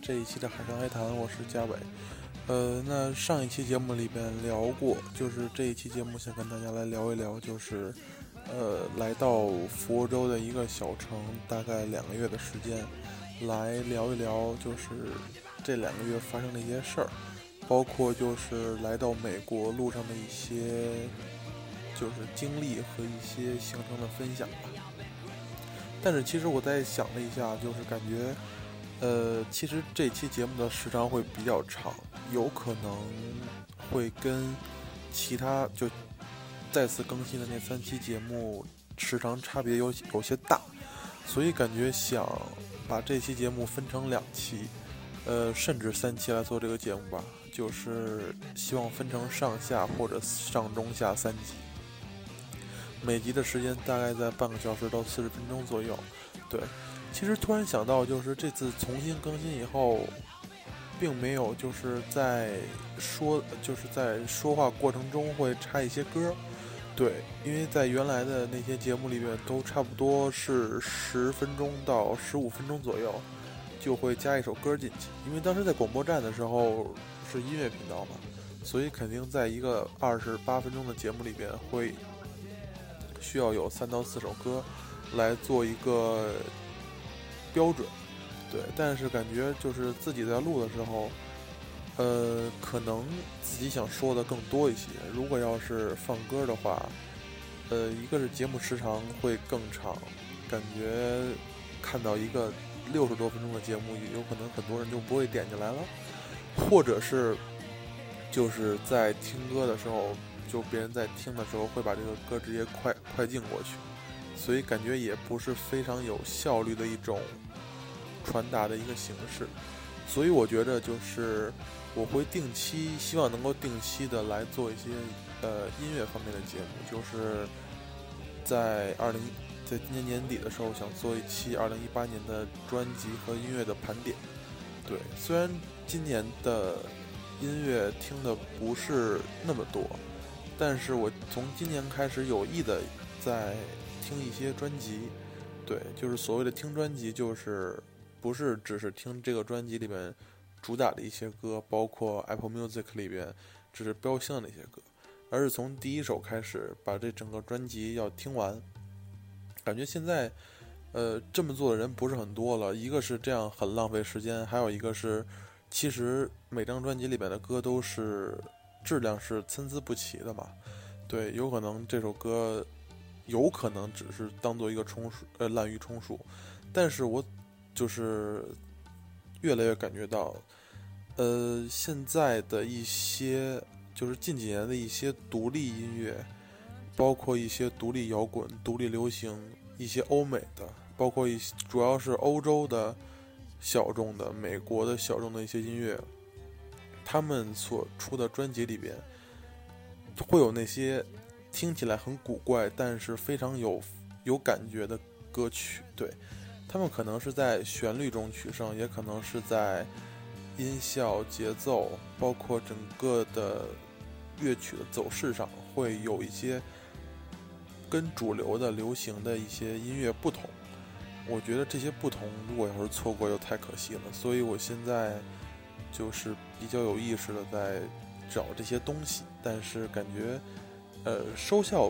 这一期的海上海谈，我是嘉伟。那上一期节目里边聊过，就是这一期节目想跟大家来聊一聊，就是来到福州的一个小城，大概2个月的时间，来聊一聊就是这2个月发生的一些事儿，包括就是来到美国路上的一些就是经历和一些行程的分享吧。但是其实我在想了一下，就是感觉其实这期节目的时长会比较长，有可能会跟其他就再次更新的那3期节目时长差别有些大，所以感觉想把这期节目分成2期，甚至3期来做这个节目吧，就是希望分成上下或者上中下3集，每集的时间大概在半个小时到40分钟左右。对，其实突然想到，就是这次重新更新以后，并没有就是在说话过程中会插一些歌。对，因为在原来的那些节目里面都差不多是10分钟到15分钟左右，就会加一首歌进去。因为当时在广播站的时候是音乐频道嘛，所以肯定在一个28分钟的节目里边会需要有3到4首歌来做一个标准。对，但是感觉就是自己在录的时候可能自己想说的更多一些，如果要是放歌的话，一个是节目时长会更长，感觉看到一个60多分钟的节目，有可能很多人就不会点进来了，或者是就是在听歌的时候，就别人在听的时候会把这个歌直接快进过去，所以感觉也不是非常有效率的一种传达的一个形式。所以我觉得就是我会希望能够定期的来做一些音乐方面的节目，就是在今年年底的时候想做一期2018年的专辑和音乐的盘点。对，虽然今年的音乐听的不是那么多，但是我从今年开始有意的在听一些专辑。对，就是所谓的听专辑，就是不是只是听这个专辑里面主打的一些歌，包括 Apple Music 里边只是标星的那些歌，而是从第一首开始把这整个专辑要听完。感觉现在这么做的人不是很多了，一个是这样很浪费时间，还有一个是其实每张专辑里面的歌都是质量是参差不齐的嘛。对，有可能这首歌有可能只是当做一个滥竽充数，但是我就是越来越感觉到现在的一些就是近几年的一些独立音乐，包括一些独立摇滚、独立流行，一些欧美的，包括主要是欧洲的小众的、美国的小众的一些音乐，他们所出的专辑里边会有那些听起来很古怪但是非常有感觉的歌曲。对，他们可能是在旋律中取胜，也可能是在音效、节奏，包括整个的乐曲的走势上会有一些跟主流的流行的一些音乐不同。我觉得这些不同如果要是错过又太可惜了，所以我现在就是比较有意识的在找这些东西，但是感觉收效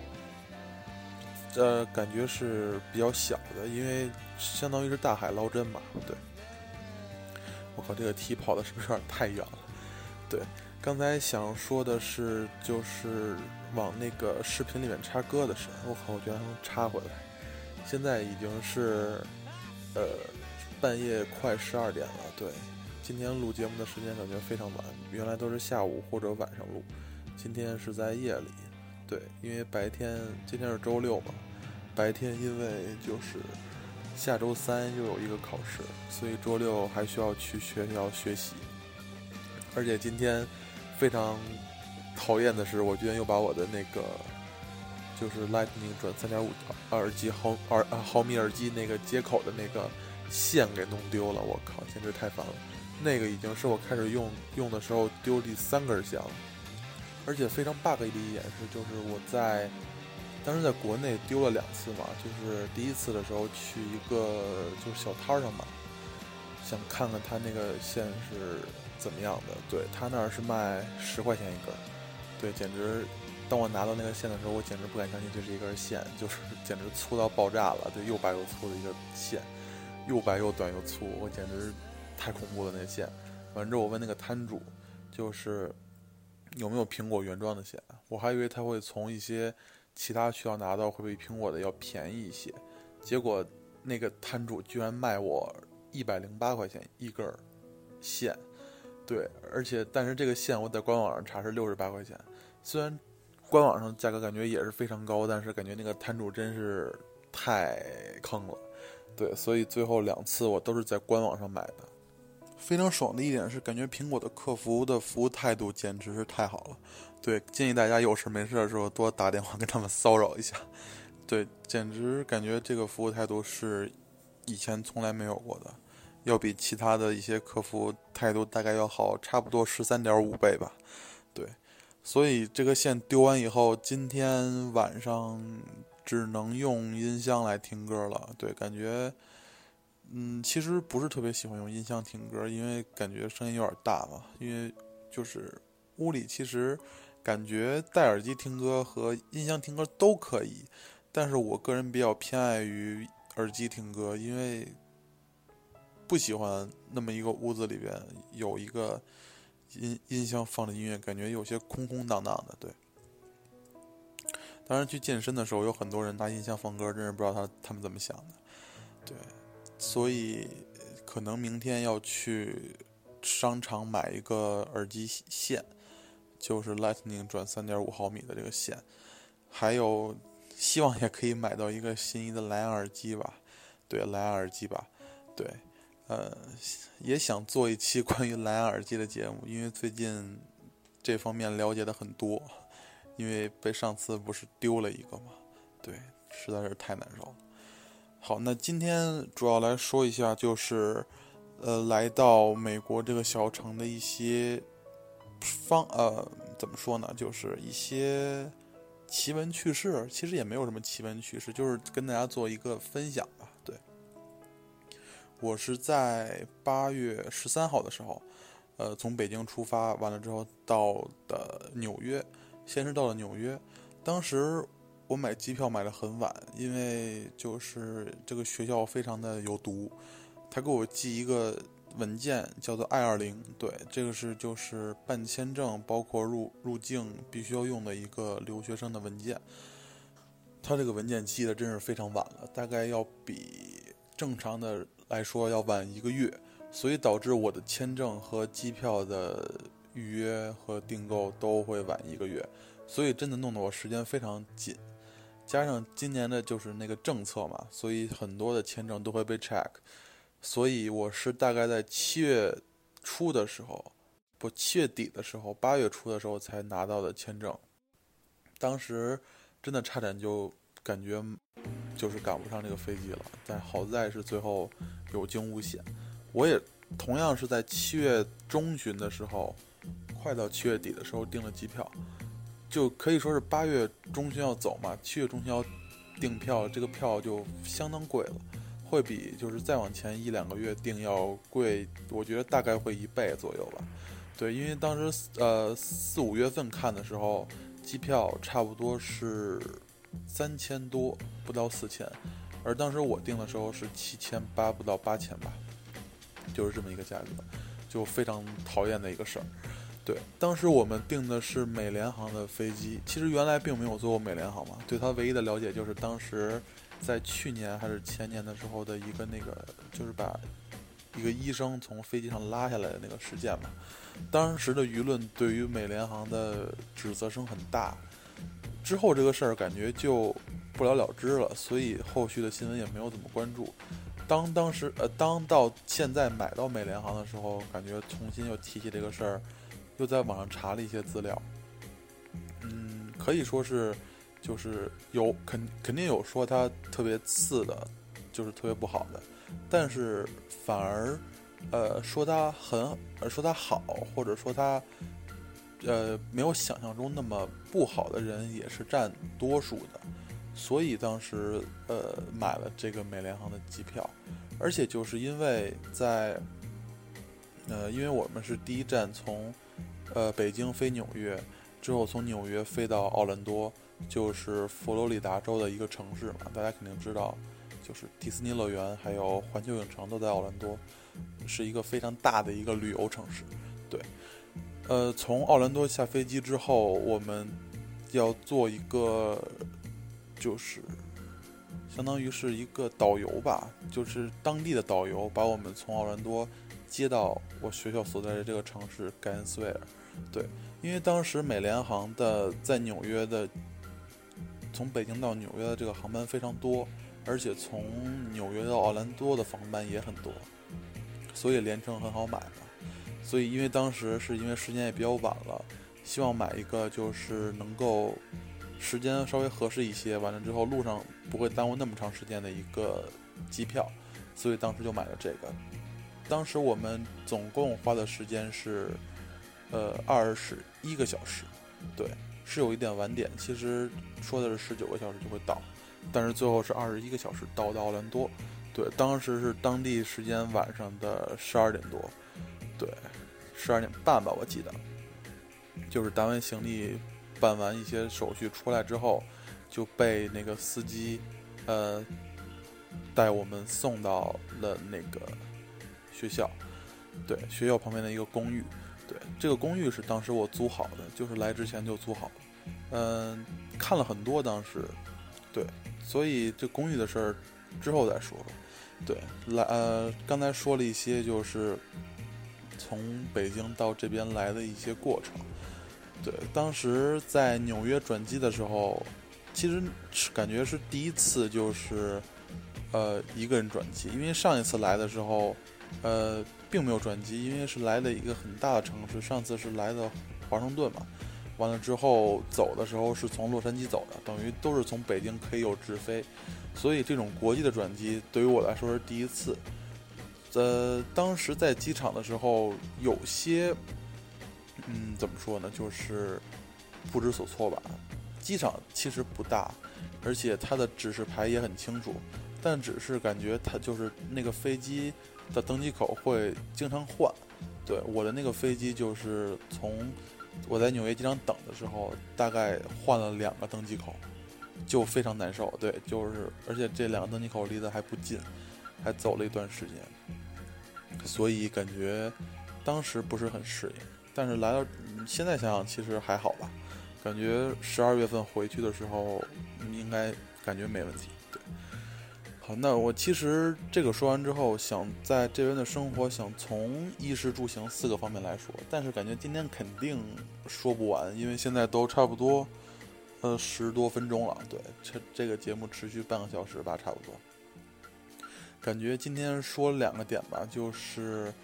感觉是比较小的，因为相当于是大海捞针嘛。对，我靠，这个题跑的是不是有点太远了？对，刚才想说的是就是往那个视频里面插歌的事，我靠，我居然能插回来。现在已经是半夜快12点了。对，今天录节目的时间感觉非常晚，原来都是下午或者晚上录，今天是在夜里。对，因为白天今天是周6嘛，白天因为就是下周3又有一个考试，所以周6还需要去学校学习。而且今天非常讨厌的是，我居然又把我的那个就是 Lightning 转3.5耳机毫米耳机那个接口的那个线给弄丢了，我靠，简直太烦了。那个已经是我开始用的时候丢第3根线了。而且非常 bug 的一点是，就是我当时在国内丢了2次嘛，就是第一次的时候去一个就是小摊上买， 想看看它那个线是怎么样的。对，它那儿是卖10块钱一根，对，简直。当我拿到那个线的时候，我简直不敢相信这是一根线，就是简直粗到爆炸了，对，又白又粗的一个线，又白又短又粗，我简直太恐怖了那个线。完之后我问那个摊主，就是有没有苹果原装的线，我还以为他会从一些其他渠道拿到会比苹果的要便宜一些，结果那个摊主居然卖我108块钱一根线，对，但是这个线我在官网上查是68块钱，虽然官网上价格感觉也是非常高，但是感觉那个摊主真是太坑了，对，所以最后2次我都是在官网上买的。非常爽的一点是，感觉苹果的客服的服务态度简直是太好了，对，建议大家有事没事的时候多打电话跟他们骚扰一下，对，简直感觉这个服务态度是以前从来没有过的，要比其他的一些客服态度大概要好差不多13.5倍吧，对。所以这个线丢完以后，今天晚上只能用音箱来听歌了。对，感觉，其实不是特别喜欢用音箱听歌，因为感觉声音有点大吧。因为就是屋里其实感觉戴耳机听歌和音箱听歌都可以，但是我个人比较偏爱于耳机听歌，因为不喜欢那么一个屋子里边有一个。音箱放的音乐感觉有些空空荡荡的，对。当然去健身的时候有很多人拿音箱放歌，真是不知道他们怎么想的，对。所以可能明天要去商场买一个耳机线，就是 Lightning 转3.5毫米的这个线，还有希望也可以买到一个心仪的蓝牙耳机吧，对，蓝牙耳机吧，对。也想做一期关于蓝牙耳机的节目，因为最近这方面了解的很多，因为被上次不是丢了一个嘛，对，实在是太难受了。好，那今天主要来说一下，就是来到美国这个小城的一些怎么说呢，就是一些奇闻趣事，其实也没有什么奇闻趣事，就是跟大家做一个分享吧，对。我是在8月13号的时候，从北京出发，完了之后到的纽约，先是到了纽约。当时我买机票买得很晚，因为就是这个学校非常的有毒，他给我寄一个文件叫做 I-20，对，这个是就是办签证包括入境必须要用的一个留学生的文件。他这个文件寄的真是非常晚了，大概要比正常的来说要晚1个月，所以导致我的签证和机票的预约和订购都会晚1个月，所以真的弄得我时间非常紧。加上今年的就是那个政策嘛，所以很多的签证都会被 check， 所以我是大概在7月初的时候，不7月底的时候，8月初的时候才拿到的签证。当时真的差点就感觉就是赶不上这个飞机了，但好在是最后有惊无险。我也同样是在7月中旬的时候，快到7月底的时候订了机票，就可以说是8月中旬要走嘛，7月中旬要订票，这个票就相当贵了，会比就是再往前1-2个月订要贵，我觉得大概会1倍左右吧。对，因为当时4-5月份看的时候，机票差不多是3000多，不到4000，而当时我订的时候是7800不到8000吧，就是这么一个价格，就非常讨厌的一个事儿。对，当时我们订的是美联航的飞机，其实原来并没有坐过美联航嘛，对它唯一的了解就是当时在去年还是前年的时候的一个那个，就是把一个医生从飞机上拉下来的那个事件嘛。当时的舆论对于美联航的指责声很大，之后这个事儿感觉就不了了之了，所以后续的新闻也没有怎么关注。当到现在买到美联航的时候，感觉重新又提起这个事儿，又在网上查了一些资料，可以说是就是肯定有说它特别次的，就是特别不好的，但是反而说它好，或者说它没有想象中那么不好的人也是占多数的，所以当时买了这个美联航的机票， 而且就是因为因为我们是第一站从北京飞纽约，之后从纽约飞到奥兰多，就是佛罗里达州的一个城市嘛，大家肯定知道，就是迪士尼乐园还有环球影城都在奥兰多，是一个非常大的一个旅游城市。对，从奥兰多下飞机之后，我们要做一个就是相当于是一个导游吧，就是当地的导游把我们从奥兰多接到我学校所在的这个城市盖恩斯维尔。对，因为当时美联航的在纽约的从北京到纽约的这个航班非常多，而且从纽约到奥兰多的航班也很多，所以联程很好买嘛。所以因为当时是因为时间也比较晚了，希望买一个就是能够时间稍微合适一些，完了之后路上不会耽误那么长时间的一个机票，所以当时就买了这个。当时我们总共花的时间是21个小时，对，是有一点晚点，其实说的是19个小时就会到，但是最后是21个小时到奥兰多。对，当时是当地时间晚上的12点多，对，12点半吧，我记得，就是答完行李办完一些手续出来之后，就被那个司机带我们送到了那个学校，对，学校旁边的一个公寓。对，这个公寓是当时我租好的，就是来之前就租好了。看了很多当时，对，所以这公寓的事儿之后再说吧。对，刚才说了一些就是从北京到这边来的一些过程。对，当时在纽约转机的时候，其实感觉是第一次就是一个人转机，因为上一次来的时候并没有转机，因为是来了一个很大的城市，上次是来的华盛顿嘛，完了之后走的时候是从洛杉矶走的，等于都是从北京可以有直飞，所以这种国际的转机对于我来说是第一次。当时在机场的时候有些怎么说呢，就是不知所措吧。机场其实不大，而且它的指示牌也很清楚，但只是感觉它就是那个飞机的登机口会经常换。对，我的那个飞机就是从我在纽约机场等的时候，大概换了2个登机口，就非常难受。对，就是而且这2个登机口离得还不近，还走了一段时间，所以感觉当时不是很适应。但是来到现在想想，其实还好吧。感觉12月份回去的时候，应该感觉没问题。对，好，那我其实这个说完之后，想在这边的生活，想从衣食住行4个方面来说，但是感觉今天肯定说不完，因为现在都差不多10多分钟了。对，这个节目持续半个小时吧，差不多。感觉今天说2个点吧，就是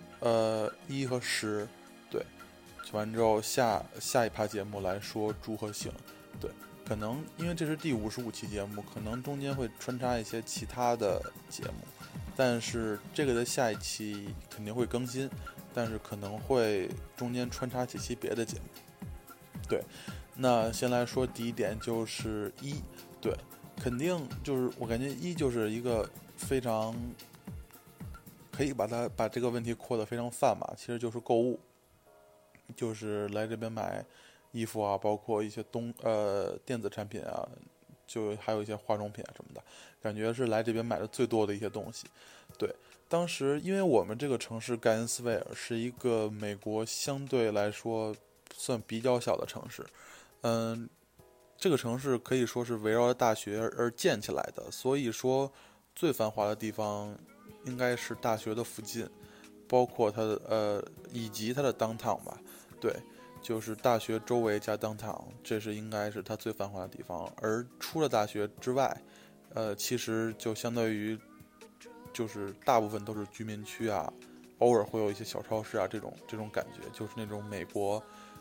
1和10。对，说完之后下一趴节目来说住和行。对，可能因为这是第55期节目，可能中间会穿插一些其他的节目，但是这个的下一期肯定会更新，但是可能会中间穿插几期别的节目。对，那先来说第一点就是1。对，肯定就是我感觉1就是一个非常可以把这个问题扩得非常泛嘛，其实就是购物。就是来这边买衣服啊，包括一些电子产品啊，就还有一些化妆品啊什么的，感觉是来这边买的最多的一些东西。对，当时因为我们这个城市盖恩斯维尔是一个美国相对来说算比较小的城市，这个城市可以说是围绕着大学而建起来的，所以说最繁华的地方应该是大学的附近，包括它的以及它的 downtown 吧。对，就是大学周围加 downtown， 这是应该是它最繁华的地方。而除了大学之外，其实就相对于就是大部分都是居民区啊，偶尔会有一些小超市啊，这种感觉，就是那种美国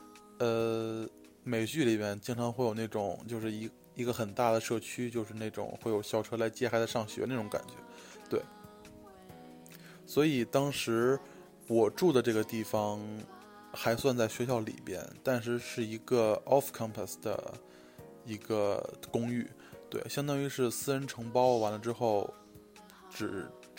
美剧里面经常会有那种就是一个很大的社区，就是那种会有校车来接孩子上学那种感觉。对，所以当时我住的这个地方还算在学校里边，但是是一个 off campus 的一个公寓。对，相当于是私人承包完了之后只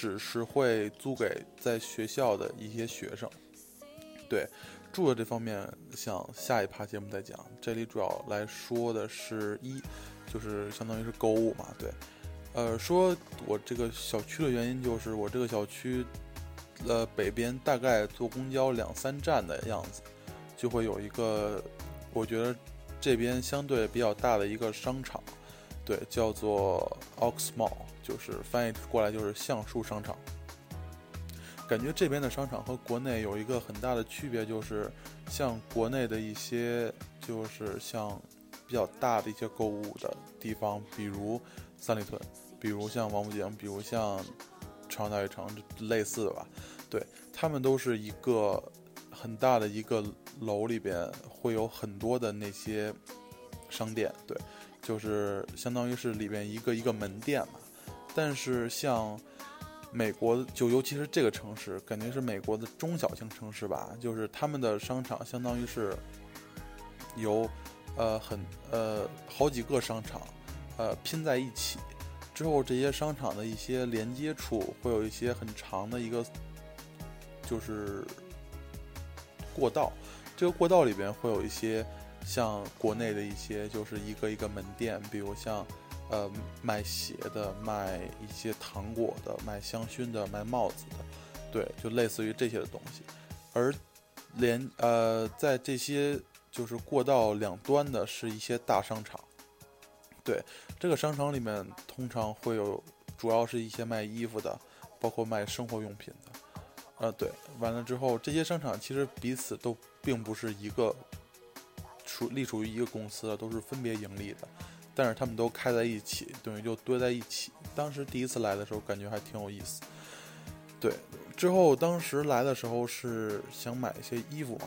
只是会租给在学校的一些学生。对，住的这方面像下一趴节目再讲，这里主要来说的是就是相当于是购物嘛。对，说我这个小区的原因就是我这个小区北边大概坐公交2-3站的样子，就会有一个我觉得这边相对比较大的一个商场，对，叫做 Ox Mall， 就是翻译过来就是橡树商场。感觉这边的商场和国内有一个很大的区别，就是像国内的一些就是像比较大的一些购物的地方，比如三里屯，比如像王府井，比如像朝阳大悦城类似的吧。对，他们都是一个很大的一个楼里边会有很多的那些商店，对，就是相当于是里边一个一个门店嘛。但是像美国就尤其是这个城市，感觉是美国的中小型城市吧，就是他们的商场相当于是由好几个商场拼在一起，之后这些商场的一些连接处会有一些很长的一个就是过道，这个过道里边会有一些像国内的一些就是一个一个门店，比如像卖鞋的，卖一些糖果的，卖香薰的，卖帽子的，对，就类似于这些的东西。而在这些就是过道两端的是一些大商场，对，这个商场里面通常会有，主要是一些卖衣服的，包括卖生活用品的，对，完了之后，这些商场其实彼此都并不是一个隶属于一个公司的，都是分别盈利的。但是他们都开在一起，等于就堆在一起。当时第一次来的时候，感觉还挺有意思。对，之后当时来的时候是想买一些衣服嘛，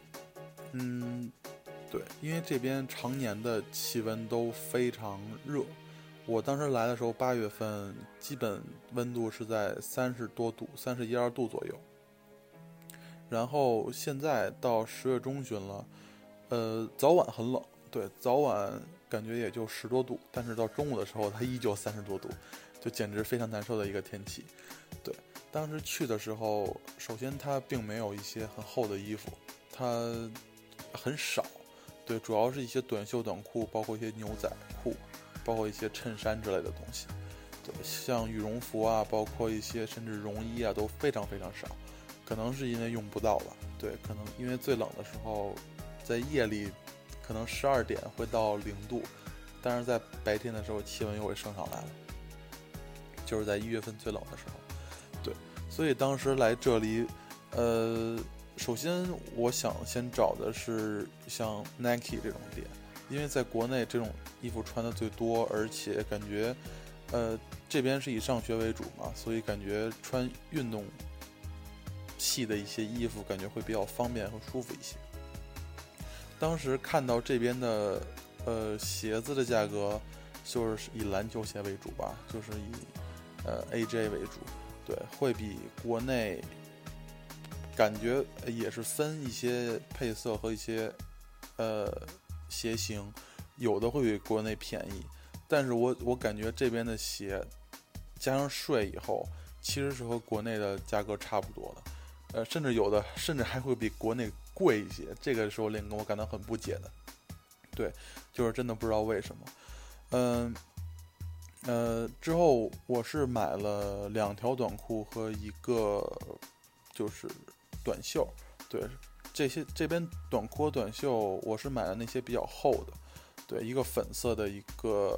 对，因为这边常年的气温都非常热。我当时来的时候8月份，基本温度是在30多度、31、2度左右。然后现在到10月中旬了，早晚很冷，对，早晚感觉也就10多度，但是到中午的时候它依旧30多度，就简直非常难受的一个天气。对，当时去的时候，首先它并没有一些很厚的衣服，它很少，对，主要是一些短袖短裤，包括一些牛仔裤，包括一些衬衫之类的东西。对，像羽绒服啊，包括一些甚至绒衣啊，都非常非常少，可能是因为用不到吧。对，可能因为最冷的时候，在夜里可能12点会到0度，但是在白天的时候气温又会升上来了，就是在1月份最冷的时候。对，所以当时来这里，首先我想先找的是像 Nike 这种店，因为在国内这种衣服穿的最多，而且感觉这边是以上学为主嘛，所以感觉穿运动系的一些衣服感觉会比较方便和舒服一些。当时看到这边的鞋子的价格就是以篮球鞋为主吧，就是以AJ 为主，对，会比国内感觉也是分一些配色和一些鞋型，有的会比国内便宜，但是我感觉这边的鞋加上税以后，其实是和国内的价格差不多的，甚至有的甚至还会比国内贵一些，这个时候令我感到很不解的。对，就是真的不知道为什么。之后我是买了2条短裤和一个就是短袖。对，这边短裤短袖我是买了那些比较厚的，对，一个粉色的一个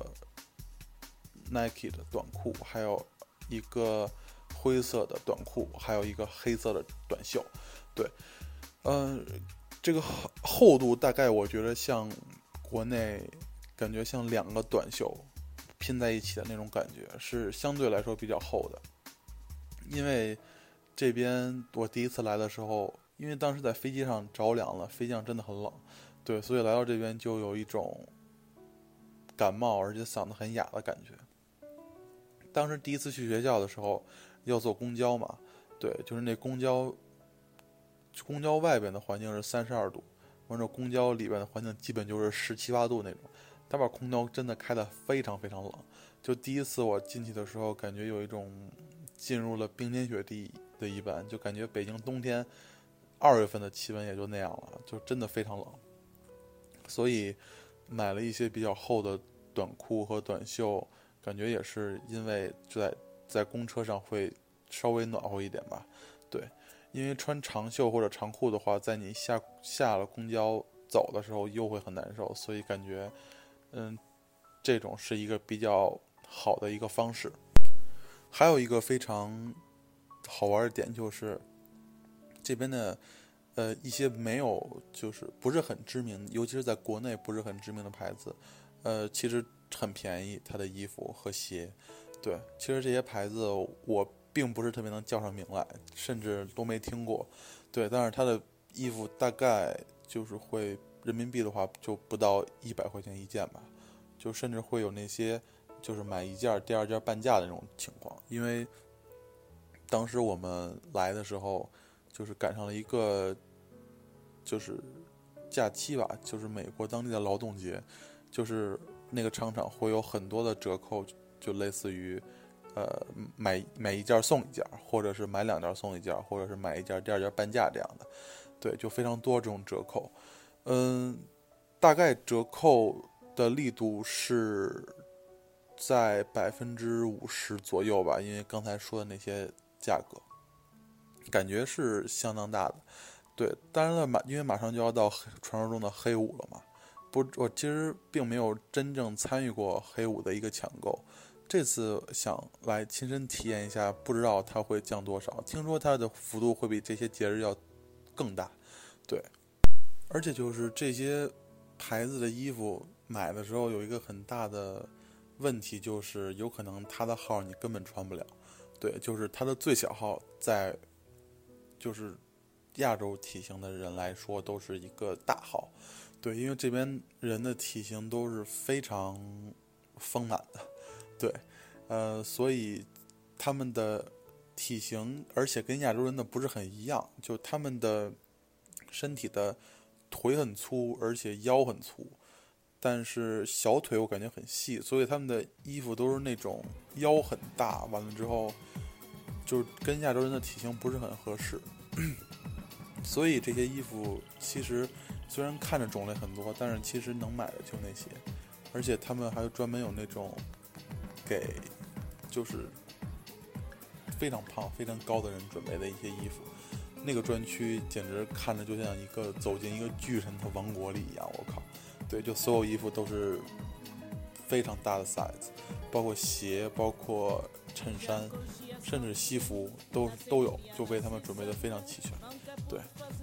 Nike 的短裤，还有一个灰色的短裤，还有一个黑色的短袖。对，这个厚度大概我觉得像国内感觉像2个短袖拼在一起的那种感觉，是相对来说比较厚的。因为这边我第一次来的时候，因为当时在飞机上着凉了，飞机上真的很冷，对，所以来到这边就有一种感冒而且嗓子很哑的感觉。当时第一次去学校的时候要坐公交嘛，对，就是那公交外边的环境是32度，完了公交里边的环境基本就是17、8度那种，他把空调真的开得非常非常冷。就第一次我进去的时候，感觉有一种进入了冰天雪地的一般，就感觉北京冬天2月份的气温也就那样了，就真的非常冷。所以买了一些比较厚的短裤和短袖，感觉也是因为在公车上会稍微暖和一点吧。对，因为穿长袖或者长裤的话，在你下了公交走的时候又会很难受，所以感觉这种是一个比较好的一个方式。还有一个非常好玩的点就是这边的一些没有就是不是很知名，尤其是在国内不是很知名的牌子，其实很便宜，它的衣服和鞋。对，其实这些牌子我并不是特别能叫上名来，甚至都没听过。对，但是它的衣服大概就是会人民币的话就不到100块钱一件吧，就甚至会有那些就是买一件第二件半价的那种情况。因为当时我们来的时候就是赶上了一个就是假期吧，就是美国当地的劳动节，就是那个商场会有很多的折扣，就类似于买一件送一件，或者是买2件送一件，或者是买一件第二件半价这样的。对，就非常多这种折扣。大概折扣的力度是在50%左右吧，因为刚才说的那些价格感觉是相当大的。对，当然了，因为马上就要到传说中的黑五了嘛，我其实并没有真正参与过黑五的一个抢购，这次想来亲身体验一下，不知道它会降多少。听说它的幅度会比这些节日要更大。对，而且就是这些牌子的衣服买的时候有一个很大的问题，就是有可能它的号你根本穿不了。对，就是它的最小号在就是亚洲体型的人来说都是一个大号。对，因为这边人的体型都是非常丰满的。对，所以他们的体型而且跟亚洲人的不是很一样，就他们的身体的腿很粗而且腰很粗，但是小腿我感觉很细，所以他们的衣服都是那种腰很大，完了之后就跟亚洲人的体型不是很合适。所以这些衣服其实虽然看着种类很多，但是其实能买的就那些，而且他们还专门有那种给就是非常胖非常高的人准备的一些衣服，那个专区简直看着就像走进一个巨人的王国里一样，我靠。对，就所有衣服都是非常大的 size， 包括鞋，包括衬衫，甚至西服都有，就为他们准备的非常齐全。对，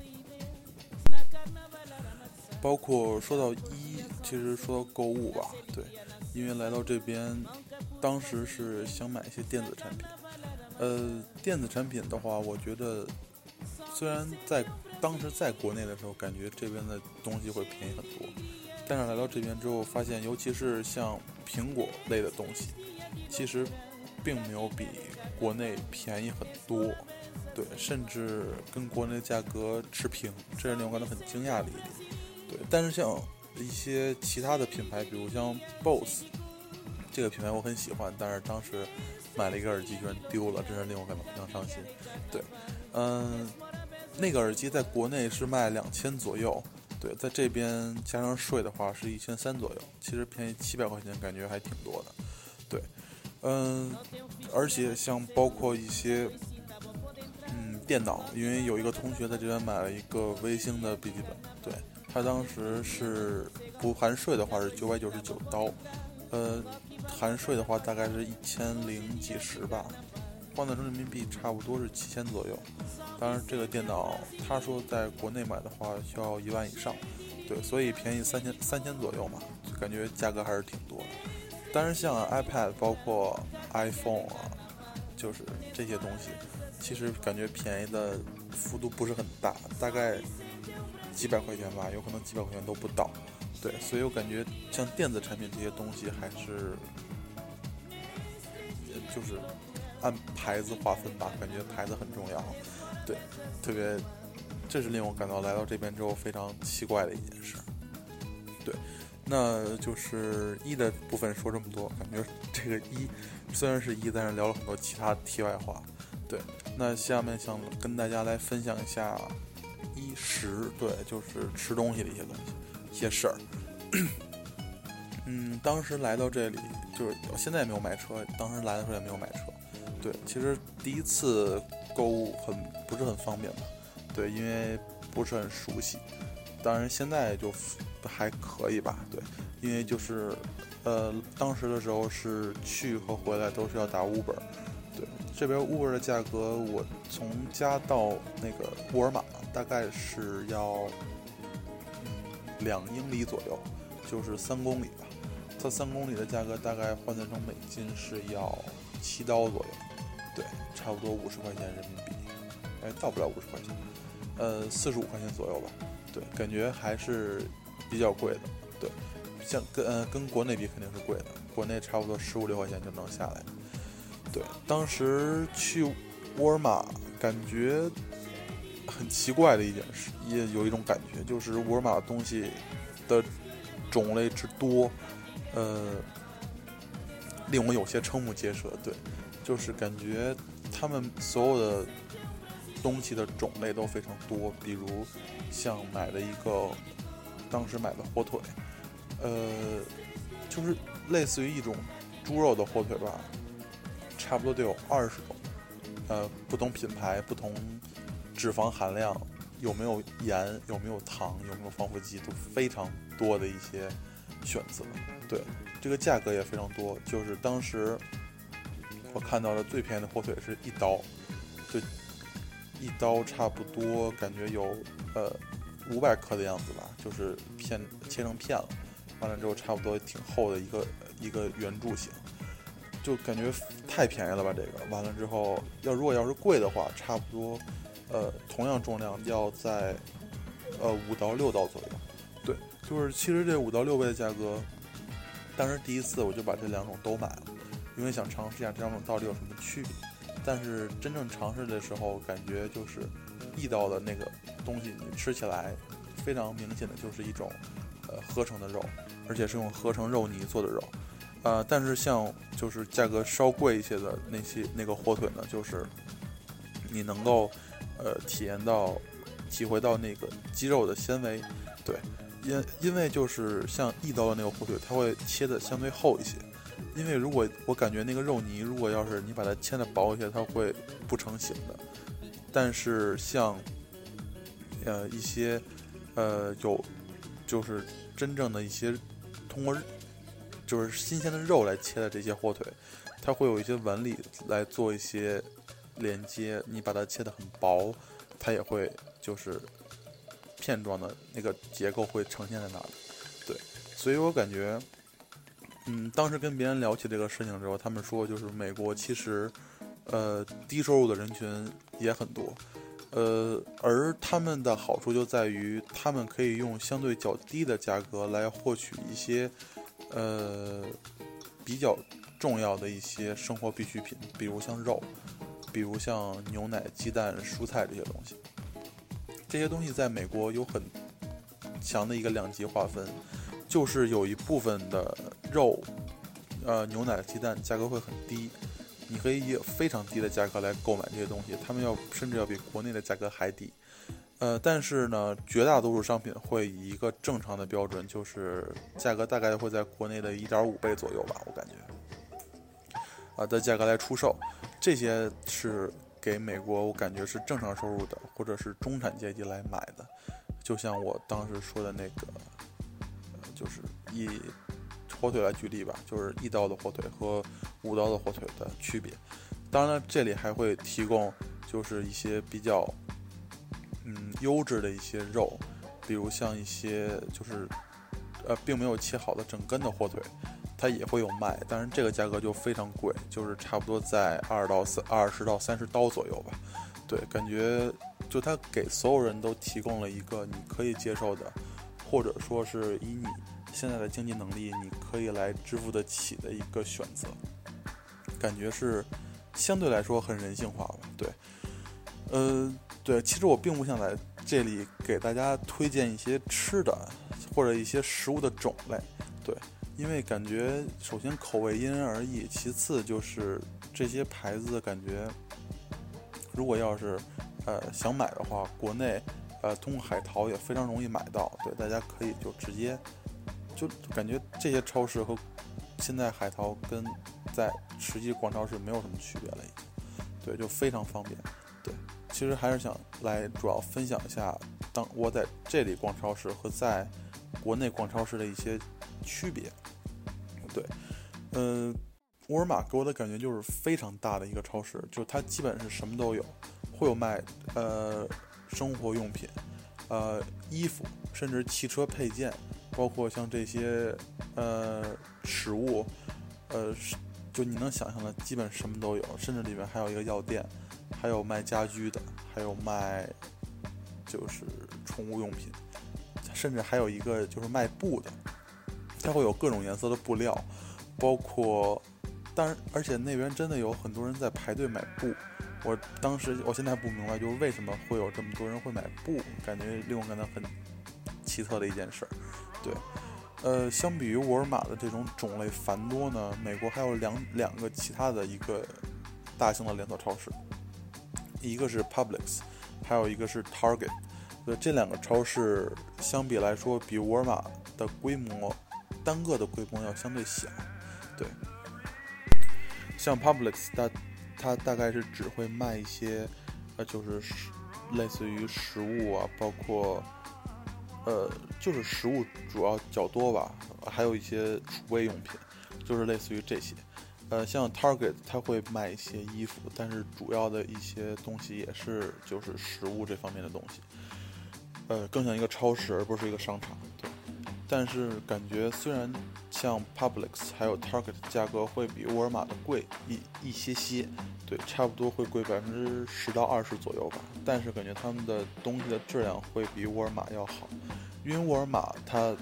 包括说到其实说到购物吧，对，因为来到这边，当时是想买一些电子产品。电子产品的话，我觉得虽然当时在国内的时候，感觉这边的东西会便宜很多，但是来到这边之后，发现尤其是像苹果类的东西，其实并没有比国内便宜很多。对，甚至跟国内的价格持平，这是令我感到很惊讶的一点。对，但是像一些其他的品牌，比如像 BOSS 这个品牌我很喜欢，但是当时买了一个耳机居然丢了，真是令我感到非常伤心。对，那个耳机在国内是卖2000左右，对，在这边加上税的话是1300左右，其实便宜700块钱，感觉还挺多的。对，而且像包括一些电脑，因为有一个同学在这边买了一个微星的笔记本，对，他当时是不含税的话是999刀，含税的话大概是1000几十吧，换算成人民币差不多是7000左右。当然这个电脑他说在国内买的话需要1万以上，对，所以便宜3000左右嘛，就感觉价格还是挺多的。当然像 iPad 包括 iPhone 啊，就是这些东西其实感觉便宜的幅度不是很大，大概几百块钱吧，有可能几百块钱都不到。对，所以我感觉像电子产品这些东西还是就是按牌子划分吧，感觉牌子很重要。对，特别这是令我感到来到这边之后非常奇怪的一件事。对， 那就是一的部分说这么多，感觉这个一虽然是一，但是聊了很多其他题外话。对，那下面想跟大家来分享一下食，对，就是吃东西的一些东西，一些事儿。当时来到这里，就是现在也没有买车，当时来的时候也没有买车。对，其实第一次购物不是很方便吧？对，因为不是很熟悉。当然现在就还可以吧，对，因为就是当时的时候是去和回来都是要打 Uber， 对，这边 Uber 的价格我从家到那个沃尔玛大概是要2英里左右，就是3公里吧。它3公里的价格大概换算成美金是要7刀左右，对，差不多50块钱人民币，到不了50块钱，45块钱左右吧。对，感觉还是比较贵的。对，像跟国内比肯定是贵的，国内差不多15、16块钱就能下来。对，当时去沃尔玛，感觉很奇怪的一件事，也有一种感觉，就是沃尔玛的东西的种类之多，令我有些瞠目结舌。对，就是感觉他们所有的东西的种类都非常多，比如像当时买的火腿，就是类似于一种猪肉的火腿吧，差不多得有20种，不同品牌、不同脂肪含量，有没有盐、有没有糖、有没有防腐剂，都非常多的一些选择。对，这个价格也非常多，就是当时我看到的最便宜的火腿是1刀，就1刀差不多感觉有500克的样子吧，就是切成片了，完了之后差不多挺厚的一个圆柱形，就感觉太便宜了吧这个。完了之后如果要是贵的话，差不多同样重量要在5到6刀左右。对，就是其实这5到6倍的价格，当时第一次我就把这2种都买了，因为想尝试一下这2种到底有什么区别。但是真正尝试的时候，感觉就是1刀的那个东西，你吃起来非常明显的就是一种合成的肉，而且是用合成肉泥做的肉。但是像就是价格稍贵一些的那个火腿呢，就是你能够体会到那个鸡肉的纤维。对，因为就是像1刀的那个火腿，它会切的相对厚一些。因为如果我感觉那个肉泥，如果要是你把它切的薄一些，它会不成形的。但是像一些就是真正的一些通过就是新鲜的肉来切的这些火腿，它会有一些纹理来做一些连接，你把它切得很薄，它也会就是片状的那个结构会呈现在那里。对，所以我感觉当时跟别人聊起这个事情之后，他们说就是美国其实低收入的人群也很多，而他们的好处就在于他们可以用相对较低的价格来获取一些比较重要的一些生活必需品，比如像肉，比如像牛奶、鸡蛋、蔬菜这些东西。这些东西在美国有很强的一个两极划分，就是有一部分的肉、牛奶、鸡蛋价格会很低，你可以以非常低的价格来购买这些东西，他们甚至要比国内的价格还低。但是呢，绝大多数商品会以一个正常的标准，就是价格大概会在国内的1.5倍左右吧，我感觉的价格来出售。这些是给美国我感觉是正常收入的或者是中产阶级来买的。就像我当时说的那个就是以火腿来举例吧，就是1刀的火腿和5刀的火腿的区别。当然了，这里还会提供就是一些比较优质的一些肉，比如像一些就是并没有切好的整根的火腿，它也会有卖，但是这个价格就非常贵，就是差不多在20到30刀左右吧。对，感觉就它给所有人都提供了一个你可以接受的，或者说是以你现在的经济能力你可以来支付得起的一个选择，感觉是相对来说很人性化吧。对，对，其实我并不想在这里给大家推荐一些吃的， 或者一些食物的种类，对，因为感觉首先口味因人而异，其次就是这些牌子感觉，如果要是想买的话，国内通过海淘也非常容易买到，对，大家可以就直接就感觉这些超市和现在海淘跟在实际逛超市没有什么区别了，已经，对，就非常方便，对，其实还是想来主要分享一下，当我在这里逛超市和在国内逛超市的一些区别，对，沃尔玛给我的感觉就是非常大的一个超市，就它基本是什么都有，会有卖生活用品，衣服，甚至汽车配件，包括像这些食物，就你能想象的，基本什么都有，甚至里面还有一个药店，还有卖家居的，还有卖就是宠物用品，甚至还有一个就是卖布的，它会有各种颜色的布料，包括，当然，而且那边真的有很多人在排队买布。我现在不明白，就是为什么会有这么多人会买布，感觉令我感到很奇特的一件事。对，相比于沃尔玛的这种种类繁多呢，美国还有两个其他的一个大型的连锁超市，一个是 Publix， 还有一个是 Target。这两个超市相比来说，比沃尔玛的规模，单个的规模要相对小。对，像 Publix 它大概是只会卖一些，就是类似于食物啊，包括就是食物主要较多吧，还有一些储备用品，就是类似于这些。像 Target 它会卖一些衣服，但是主要的一些东西也是就是食物这方面的东西。更像一个超市而不是一个商场。对，但是感觉虽然像 Publix 还有 Target 价格会比沃尔玛的贵一些，对，差不多会贵10%到20%左右吧，但是感觉他们的东西的质量会比沃尔玛要好，因为沃尔玛它，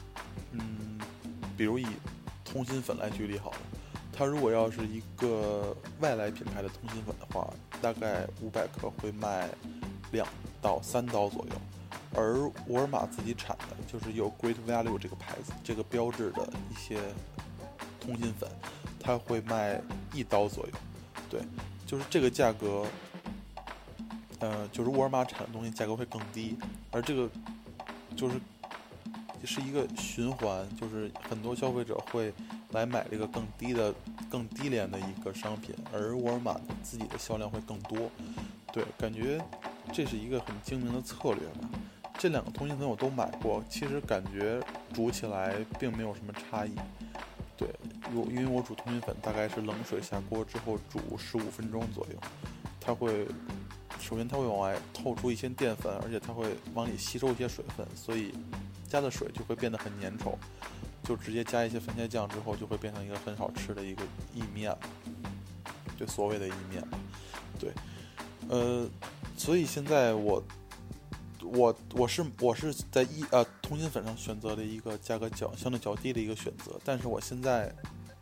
比如以通心粉来举例好了，它如果要是一个外来品牌的通心粉的话，大概500克会卖2到3刀左右。而沃尔玛自己产的，就是有 Great Value 这个牌子、这个标志的一些通心粉，它会卖1刀左右。对，就是这个价格，就是沃尔玛产的东西价格会更低，而这个是一个循环，就是很多消费者会来买这个更低廉的一个商品，而沃尔玛自己的销量会更多。对，感觉这是一个很精明的策略吧。这两个通心粉我都买过，其实感觉煮起来并没有什么差异。对，因为我煮通心粉大概是冷水下锅之后煮15分钟左右，首先它会往外透出一些淀粉，而且它会往里吸收一些水分，所以加的水就会变得很粘稠，就直接加一些番茄酱之后，就会变成一个很好吃的一个意面，对，所谓的意面。对，所以现在我是在通心粉上选择了一个价格相对较低的一个选择，但是我现在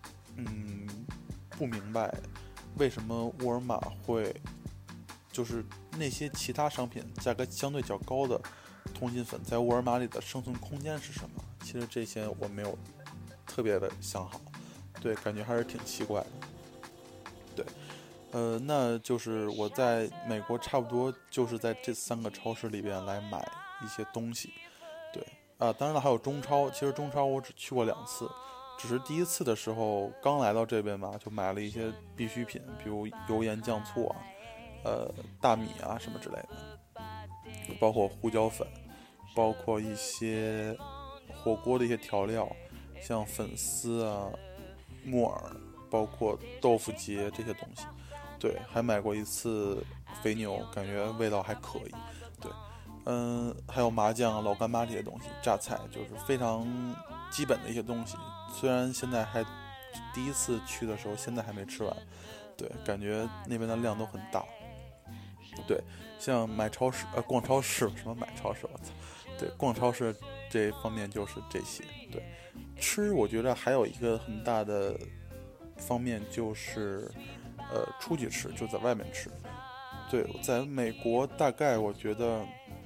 不明白为什么沃尔玛会就是那些其他商品价格相对较高的通心粉在沃尔玛里的生存空间是什么？其实这些我没有特别的想好，对，感觉还是挺奇怪的。对。那就是我在美国差不多就是在这3个超市里边来买一些东西，对，当然了还有中超，其实中超我只去过2次，只是第一次的时候刚来到这边吧，就买了一些必需品，比如油盐酱醋啊，大米啊什么之类的，包括胡椒粉，包括一些火锅的一些调料，像粉丝啊、木耳，包括豆腐结这些东西。对，还买过一次肥牛，感觉味道还可以。对，还有麻酱、老干妈这些东西，榨菜就是非常基本的一些东西。虽然现在第一次去的时候，现在还没吃完。对，感觉那边的量都很大。对，像逛超市，什么买超市，我操！对，逛超市这方面就是这些。对，吃我觉得还有一个很大的方面就是出去吃，就在外面吃。对，在美国大概我觉得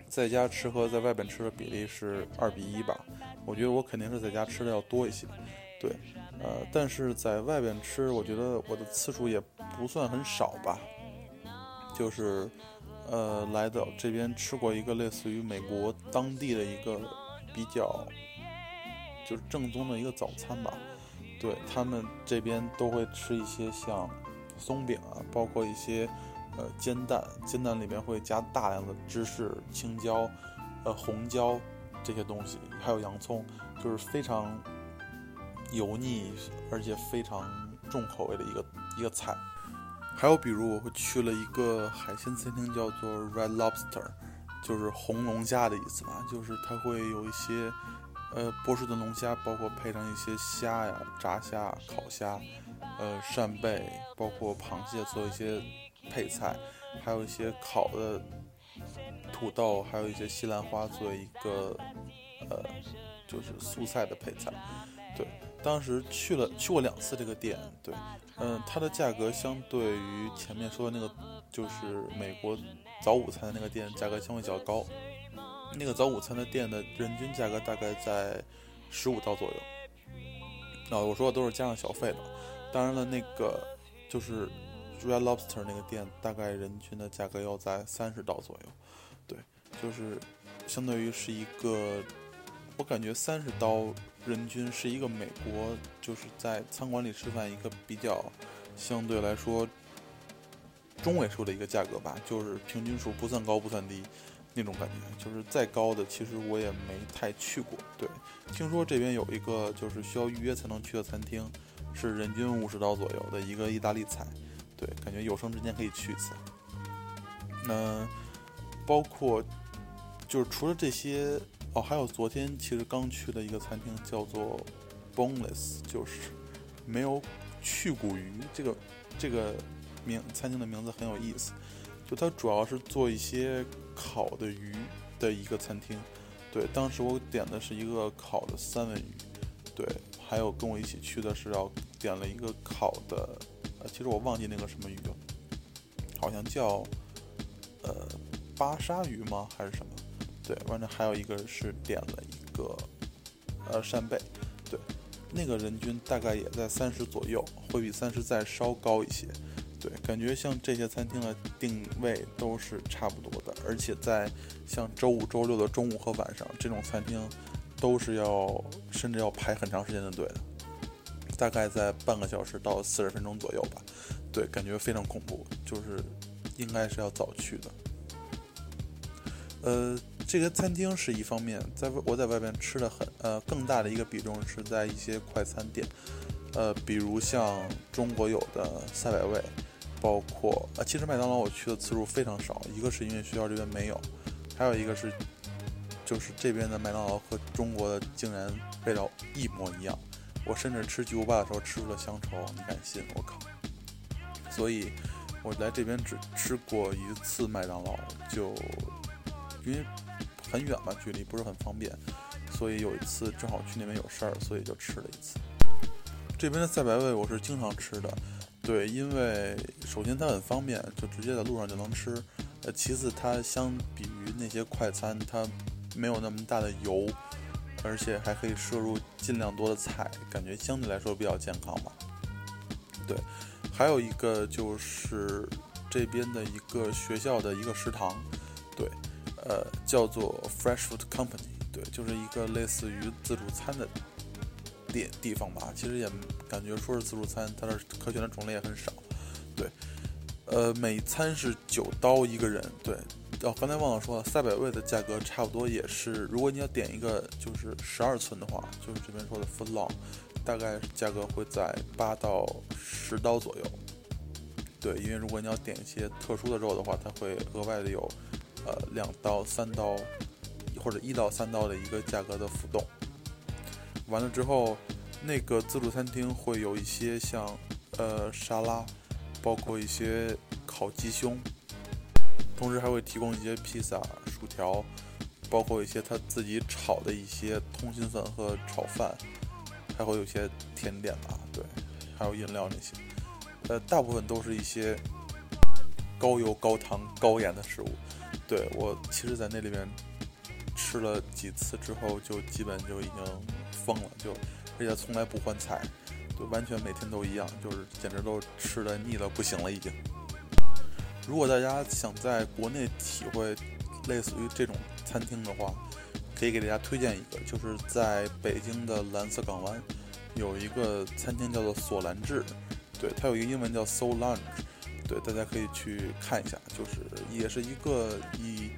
在家吃和在外边吃的比例是2:1吧。我觉得我肯定是在家吃的要多一些，对，但是在外边吃，我觉得我的次数也不算很少吧。就是来到这边吃过一个类似于美国当地的一个比较就是正宗的一个早餐吧。对，他们这边都会吃一些像松饼啊，包括一些煎蛋里面会加大量的芝士、青椒、红椒这些东西，还有洋葱，就是非常油腻而且非常重口味的一个菜。还有比如我会去了一个海鲜餐厅，叫做 Red Lobster， 就是红龙虾的意思吧，就是它会有一些波士顿龙虾，包括配上一些虾呀、炸虾、烤虾、扇贝，包括螃蟹做一些配菜，还有一些烤的土豆，还有一些西兰花作为一个就是素菜的配菜。对，当时去过2次这个店，对，它的价格相对于前面说的那个就是美国早午餐的那个店价格相对较高。那个早午餐的店的人均价格大概在$15左右。我说的都是加上小费的。当然了，那个就是 Red Lobster 那个店大概人均的价格要在$30左右。对，就是相对于是一个，我感觉$30人均是一个美国就是在餐馆里吃饭一个比较相对来说中位数的一个价格吧，就是平均数不算高不算低那种感觉，就是再高的其实我也没太去过。对，听说这边有一个就是需要预约才能去的餐厅，是人均$50左右的一个意大利菜，对，感觉有生之年可以去一次。包括就是除了这些还有昨天其实刚去的一个餐厅叫做 Boneless， 就是没有去骨鱼，这个餐厅的名字很有意思，就它主要是做一些烤的鱼的一个餐厅。对，当时我点的是一个烤的三文鱼，对，还有跟我一起去的是点了一个烤的，其实我忘记那个什么鱼了，好像叫巴沙鱼吗还是什么？对，完了还有一个是点了一个扇贝，对，那个人均大概也在30左右，会比30再稍高一些。对，感觉像这些餐厅的定位都是差不多的，而且在像周5、周6的中午和晚上，这种餐厅都是甚至要排很长时间的队的，大概在半个小时到40分钟左右吧。对，感觉非常恐怖，就是应该是要早去的。这个餐厅是一方面，我在外边吃的更大的一个比重是在一些快餐店，比如像中国有的赛百味，包括其实麦当劳我去的次数非常少，一个是因为学校这边没有，还有一个是就是这边的麦当劳和中国的竟然味道一模一样，我甚至吃巨无霸的时候吃出了乡愁，你敢信？我靠！所以我来这边只吃过1次麦当劳，就因为很远嘛，距离不是很方便，所以有一次正好去那边有事儿，所以就吃了1次。这边的赛百味我是经常吃的，对，因为首先它很方便，就直接在路上就能吃，其次它相比于那些快餐，它没有那么大的油，而且还可以摄入尽量多的菜，感觉相对来说比较健康吧。对，还有一个就是这边的一个学校的一个食堂，对，叫做 Fresh Food Company， 对，就是一个类似于自助餐的地方吧。其实也感觉说是自助餐，它的可选的种类也很少。对，每餐是$9一个人。对，刚才忘了说了，赛百味的价格差不多也是，如果你要点一个就是12寸的话，就是这边说的 foot long， 大概价格会在$8到10左右。对，因为如果你要点一些特殊的肉的话，它会额外的有$2到3或者$1到3的一个价格的浮动。完了之后，那个自助餐厅会有一些像沙拉，包括一些烤鸡胸，同时还会提供一些披萨、薯条，包括一些他自己炒的一些通心粉和炒饭，还会有一些甜点吧，对，还有饮料那些。大部分都是一些高油、高糖、高盐的食物。 对，我其实在那里面吃了几次之后，就基本就已经疯了，而且从来不换菜，对，完全每天都一样，就是简直都吃的腻了不行了已经。如果大家想在国内体会类似于这种餐厅的话，可以给大家推荐一个，就是在北京的蓝色港湾有一个餐厅叫做索兰治，对，它有一个英文叫 Soul Lounge， 对，大家可以去看一下，就是也是一个以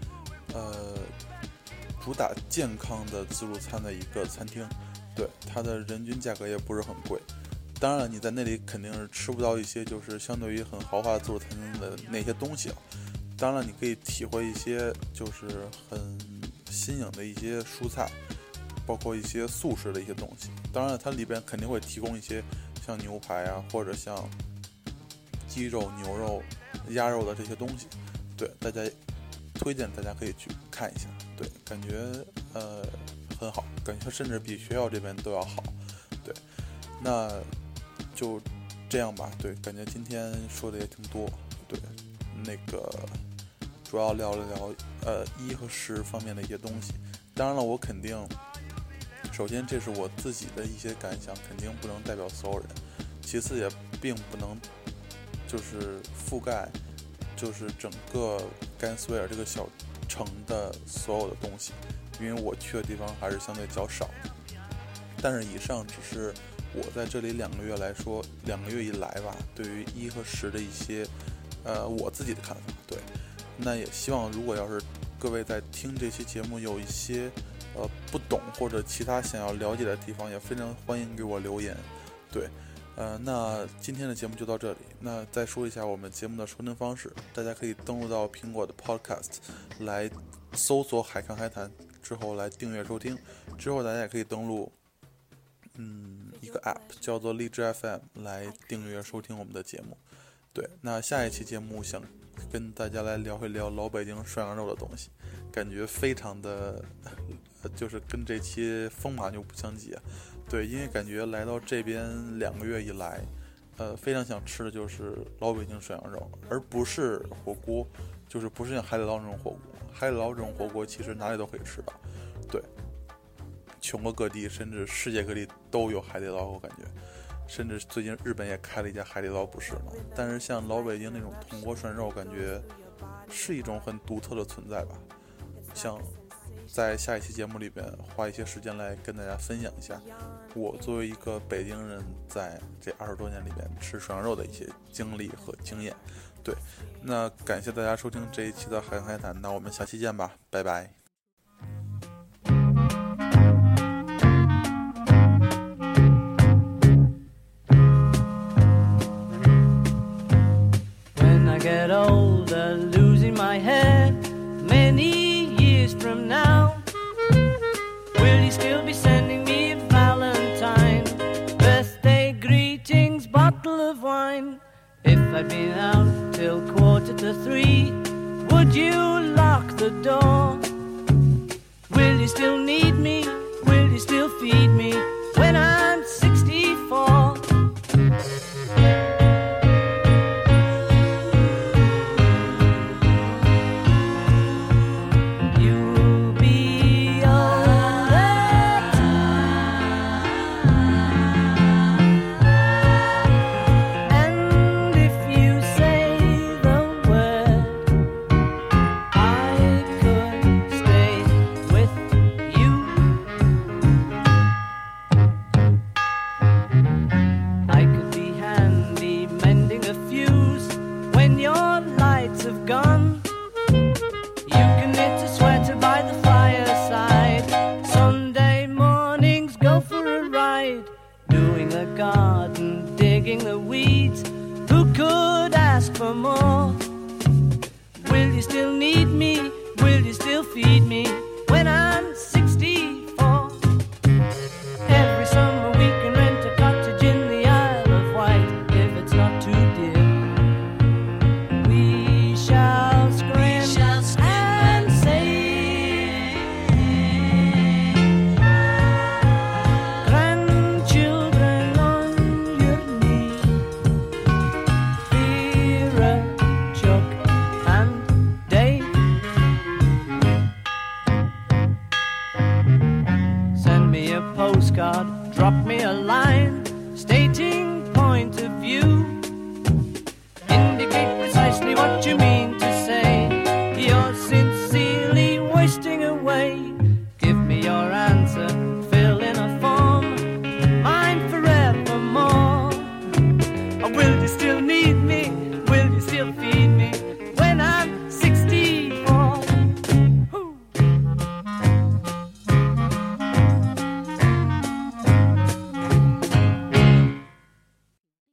主打健康的自助餐的一个餐厅，对，它的人均价格也不是很贵。当然你在那里肯定是吃不到一些就是相对于很豪华的自助餐厅的那些东西啊。当然你可以体会一些就是很新颖的一些蔬菜，包括一些素食的一些东西。当然它里边肯定会提供一些像牛排啊，或者像鸡肉、牛肉、鸭肉的这些东西。对，大家推荐大家可以去看一下。对，感觉很好，感觉甚至比学校这边都要好。对，那就这样吧。对，感觉今天说的也挺多。对，那个主要聊了聊1和10方面的一些东西。当然了，我肯定首先这是我自己的一些感想，肯定不能代表所有人，其次也并不能就是覆盖就是整个甘肃尔这个小城的所有的东西，因为我去的地方还是相对较少。但是以上只是我在这里2个月来说，2个月以来吧，对于1和10的一些我自己的看法。对，那也希望如果要是各位在听这期节目有一些不懂或者其他想要了解的地方，也非常欢迎给我留言。对，那今天的节目就到这里。那再说一下我们节目的收听方式，大家可以登录到苹果的 Podcast 来搜索海康海谈，之后来订阅收听。之后大家也可以登录一个 App 叫做荔枝 FM 来订阅收听我们的节目。对，那下一期节目想跟大家来聊一聊老北京涮羊肉的东西，感觉非常的就是跟这期风马牛不相及啊。对，因为感觉来到这边2个月以来，非常想吃的就是老北京涮羊肉，而不是火锅，就是不是像海底捞那种火锅。海底捞这种火锅其实哪里都可以吃到，对，全国各地甚至世界各地都有海底捞，我感觉。甚至最近日本也开了一家海底捞，不是吗？但是像老北京那种铜锅涮肉，感觉是一种很独特的存在吧。想在下一期节目里边花一些时间来跟大家分享一下我作为一个北京人在这20多年里面吃涮羊肉的一些经历和经验。对，那感谢大家收听这一期的海海谈，那我们下期见吧，拜拜。 Get older, losing my hair many years from now. Will you still be sending me a Valentine, birthday greetings, bottle of wine? If I'd been out till 2:45, would you lock the door? Will you still need me? Will you still feed me when I'm 64? Garden, digging the weeds, who could ask for more? Will you still need me? Will you still feed me?